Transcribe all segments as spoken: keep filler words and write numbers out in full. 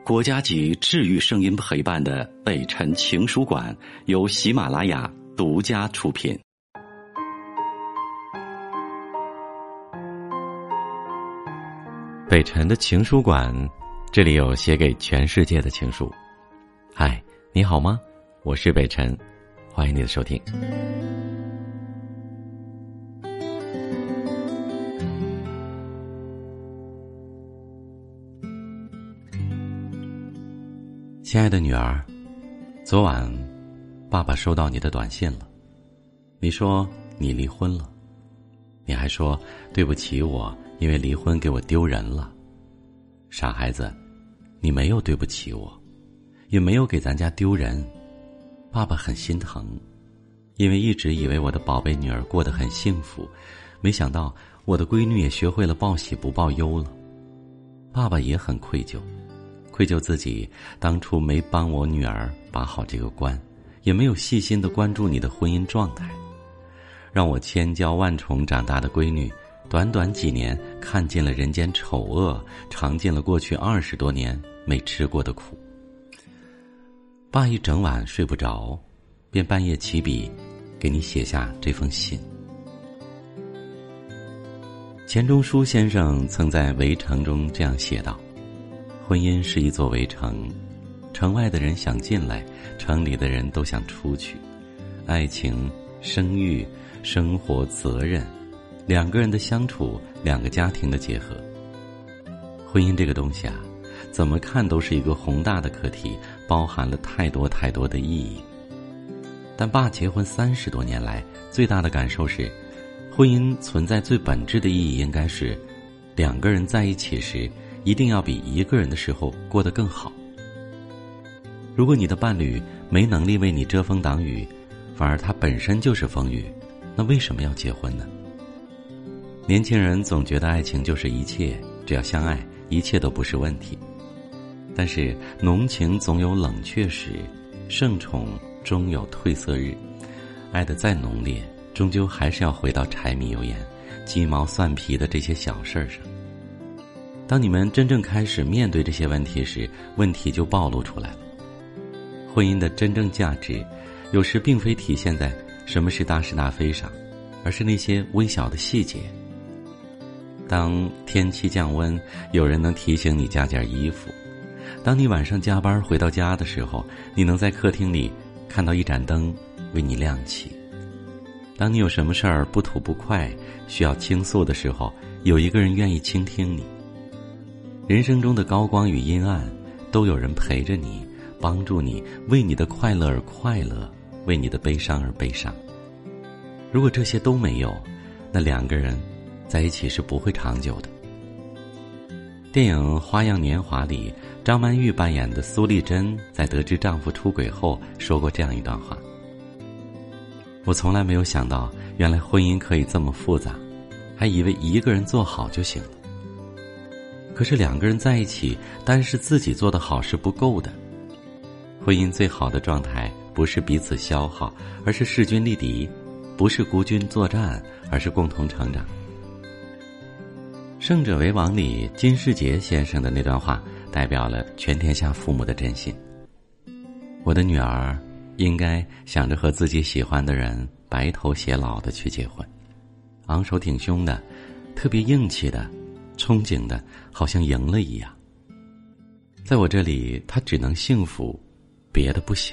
国家级治愈声音陪伴的北辰情书馆由喜马拉雅独家出品。 北辰的情书馆，这里有写给全世界的情书。嗨，你好吗？我是北辰，欢迎你的收听。亲爱的女儿，昨晚爸爸收到你的短信了，你说你离婚了，你还说对不起我，因为离婚给我丢人了。傻孩子，你没有对不起我，也没有给咱家丢人。爸爸很心疼，因为一直以为我的宝贝女儿过得很幸福，没想到我的闺女也学会了报喜不报忧了。爸爸也很愧疚，愧疚自己当初没帮我女儿把好这个关，也没有细心地关注你的婚姻状态，让我千娇万宠长大的闺女短短几年看尽了人间丑恶，尝尽了过去二十多年没吃过的苦。爸一整晚睡不着，便半夜起笔给你写下这封信。钱钟书先生曾在《围城》中这样写道：婚姻是一座围城，城外的人想进来，城里的人都想出去。爱情、生育、生活、责任，两个人的相处，两个家庭的结合。婚姻这个东西啊，怎么看都是一个宏大的课题，包含了太多太多的意义。但爸结婚三十多年来，最大的感受是，婚姻存在最本质的意义应该是，两个人在一起时，一定要比一个人的时候过得更好。如果你的伴侣没能力为你遮风挡雨，反而他本身就是风雨，那为什么要结婚呢？年轻人总觉得爱情就是一切，只要相爱，一切都不是问题。但是浓情总有冷却时，盛宠终有褪色日。爱得再浓烈，终究还是要回到柴米油盐、鸡毛蒜皮的这些小事上。当你们真正开始面对这些问题时，问题就暴露出来了。婚姻的真正价值，有时并非体现在什么是大是大非上，而是那些微小的细节。当天气降温，有人能提醒你加件衣服；当你晚上加班回到家的时候，你能在客厅里看到一盏灯为你亮起；当你有什么事儿不吐不快，需要倾诉的时候，有一个人愿意倾听你。人生中的高光与阴暗，都有人陪着你，帮助你，为你的快乐而快乐，为你的悲伤而悲伤。如果这些都没有，那两个人在一起是不会长久的。电影《花样年华》里，张曼玉扮演的苏丽珍在得知丈夫出轨后说过这样一段话：我从来没有想到，原来婚姻可以这么复杂，还以为一个人做好就行了。可是两个人在一起，单是自己做得好是不够的。婚姻最好的状态，不是彼此消耗，而是势均力敌；不是孤军作战，而是共同成长。《胜者为王》里金世杰先生的那段话，代表了全天下父母的真心。我的女儿应该想着和自己喜欢的人白头偕老的去结婚，昂首挺胸的，特别硬气的，憧憬的好像赢了一样。在我这里，她只能幸福，别的不行。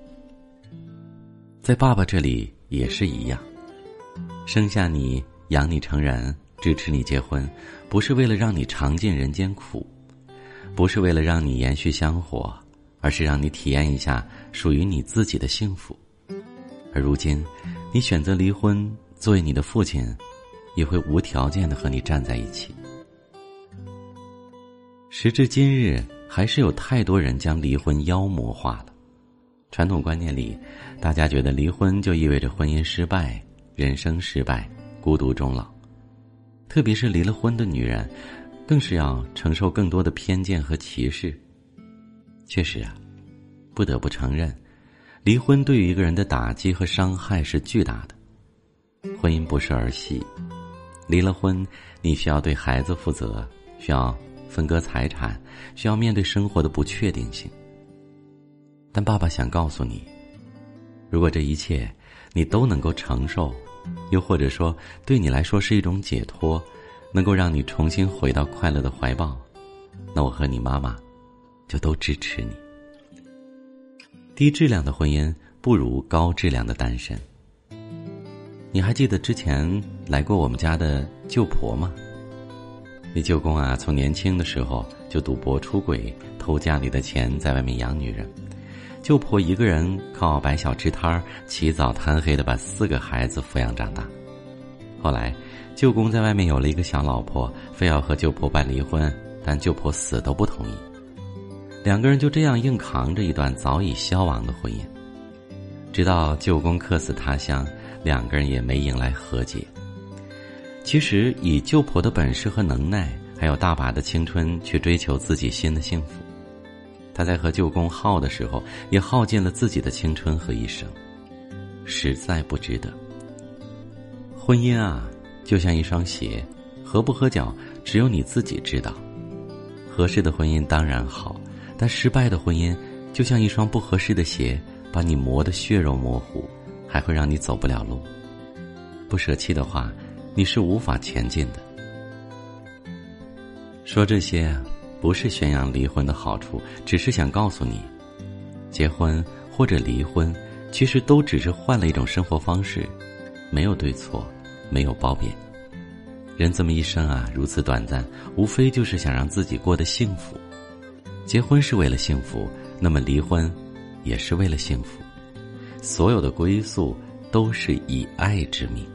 在爸爸这里也是一样，生下你，养你成人，支持你结婚，不是为了让你尝尽人间苦，不是为了让你延续香火，而是让你体验一下属于你自己的幸福。而如今你选择离婚，作为你的父亲，也会无条件地和你站在一起。时至今日，还是有太多人将离婚妖魔化了。传统观念里，大家觉得离婚就意味着婚姻失败，人生失败，孤独终老。特别是离了婚的女人，更是要承受更多的偏见和歧视。确实啊，不得不承认，离婚对于一个人的打击和伤害是巨大的。婚姻不是儿戏，离了婚，你需要对孩子负责，需要分割财产，需要面对生活的不确定性。但爸爸想告诉你，如果这一切你都能够承受，又或者说对你来说是一种解脱，能够让你重新回到快乐的怀抱，那我和你妈妈就都支持你。低质量的婚姻不如高质量的单身。你还记得之前来过我们家的舅婆吗？你舅公啊，从年轻的时候就赌博出轨，偷家里的钱在外面养女人。舅婆一个人靠摆小吃摊儿，起早贪黑的把四个孩子抚养长大。后来舅公在外面有了一个小老婆，非要和舅婆办离婚，但舅婆死都不同意。两个人就这样硬扛着一段早已消亡的婚姻，直到舅公客死他乡，两个人也没迎来和解。其实以舅婆的本事和能耐，还有大把的青春去追求自己新的幸福，她在和舅公耗的时候，也耗尽了自己的青春和一生，实在不值得。婚姻啊，就像一双鞋，合不合脚只有你自己知道。合适的婚姻当然好，但失败的婚姻就像一双不合适的鞋，把你磨得血肉模糊，还会让你走不了路。不舍弃的话，你是无法前进的。说这些不是宣扬离婚的好处，只是想告诉你，结婚或者离婚其实都只是换了一种生活方式，没有对错，没有褒贬。人这么一生啊，如此短暂，无非就是想让自己过得幸福。结婚是为了幸福，那么离婚也是为了幸福。所有的归宿都是以爱之名。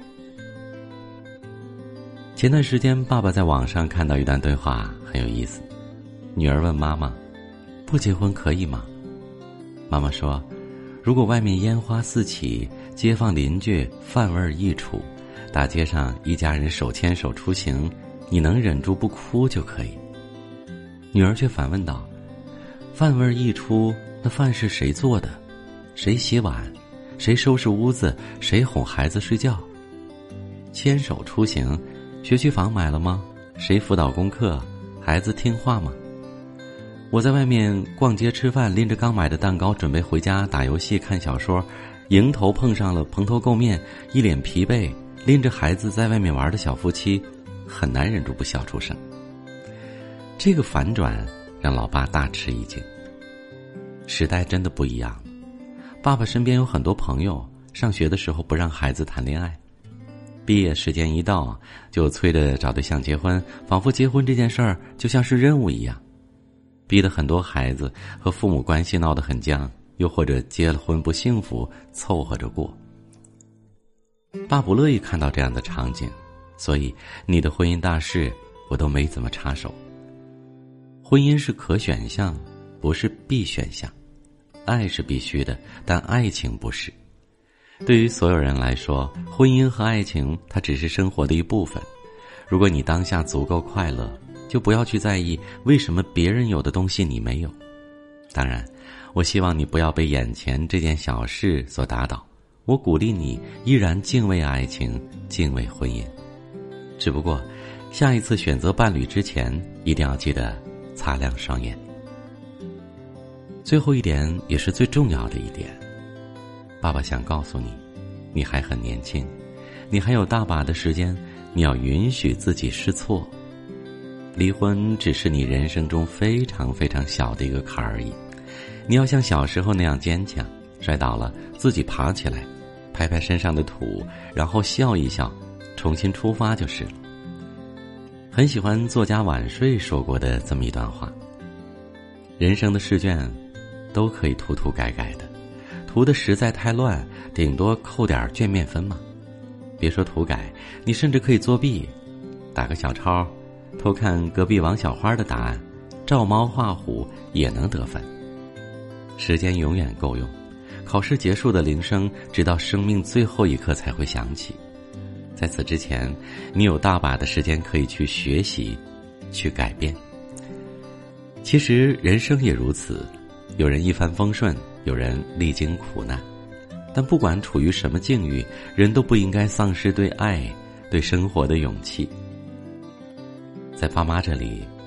前段时间爸爸在网上看到一段对话，很有意思。女儿问妈妈，不结婚可以吗？妈妈说，如果外面烟花四起，街坊邻居饭味溢出，大街上一家人手牵手出行，你能忍住不哭就可以。女儿却反问道，饭味溢出，那饭是谁做的？谁洗碗？谁收拾屋子？谁哄孩子睡觉？牵手出行，学区房买了吗？谁辅导功课？孩子听话吗？我在外面逛街吃饭，拎着刚买的蛋糕准备回家打游戏看小说，迎头碰上了蓬头垢面一脸疲惫拎着孩子在外面玩的小夫妻，很难忍住不笑出声。这个反转让老爸大吃一惊。时代真的不一样了。爸爸身边有很多朋友，上学的时候不让孩子谈恋爱，毕业时间一到就催着找对象结婚，仿佛结婚这件事儿就像是任务一样，逼得很多孩子和父母关系闹得很僵，又或者结了婚不幸福，凑合着过。爸不乐意看到这样的场景，所以你的婚姻大事我都没怎么插手。婚姻是可选项，不是必选项。爱是必须的，但爱情不是。对于所有人来说，婚姻和爱情它只是生活的一部分。如果你当下足够快乐，就不要去在意为什么别人有的东西你没有。当然，我希望你不要被眼前这件小事所打倒。我鼓励你依然敬畏爱情，敬畏婚姻。只不过，下一次选择伴侣之前，一定要记得擦亮双眼。最后一点，也是最重要的一点，爸爸想告诉你，你还很年轻，你还有大把的时间，你要允许自己试错。离婚只是你人生中非常非常小的一个坎而已，你要像小时候那样坚强，摔倒了自己爬起来，拍拍身上的土，然后笑一笑，重新出发就是了。很喜欢作家晚睡说过的这么一段话，人生的试卷都可以涂涂改改的，涂的实在太乱，顶多扣点卷面分嘛。别说涂改，你甚至可以作弊，打个小抄，偷看隔壁王小花的答案，照猫画虎也能得分。时间永远够用，考试结束的铃声直到生命最后一刻才会响起。在此之前，你有大把的时间可以去学习，去改变。其实人生也如此，有人一帆风顺，有人历经苦难，但不管处于什么境遇，人都不应该丧失对爱、对生活的勇气。在爸妈这里，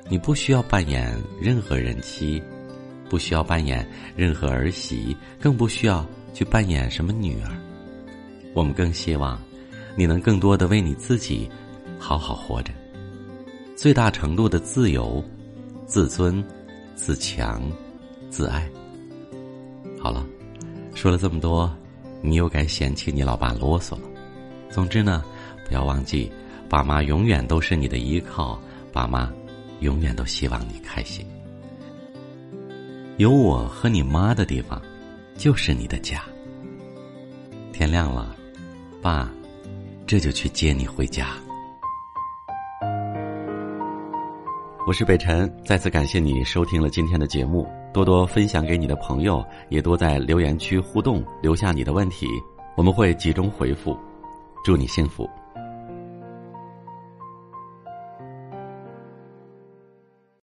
你不需要扮演任何人妻，不需要扮演任何儿媳，更不需要去扮演什么女儿。我们更希望你能更多的为你自己好好活着，最大程度的自由、自尊、自强、自爱。好了，说了这么多，你又该嫌弃你老爸啰嗦了。总之呢，不要忘记，爸妈永远都是你的依靠，爸妈永远都希望你开心。有我和你妈的地方，就是你的家。天亮了，爸，这就去接你回家。我是北辰，再次感谢你收听了今天的节目，多多分享给你的朋友，也多在留言区互动，留下你的问题，我们会集中回复。祝你幸福。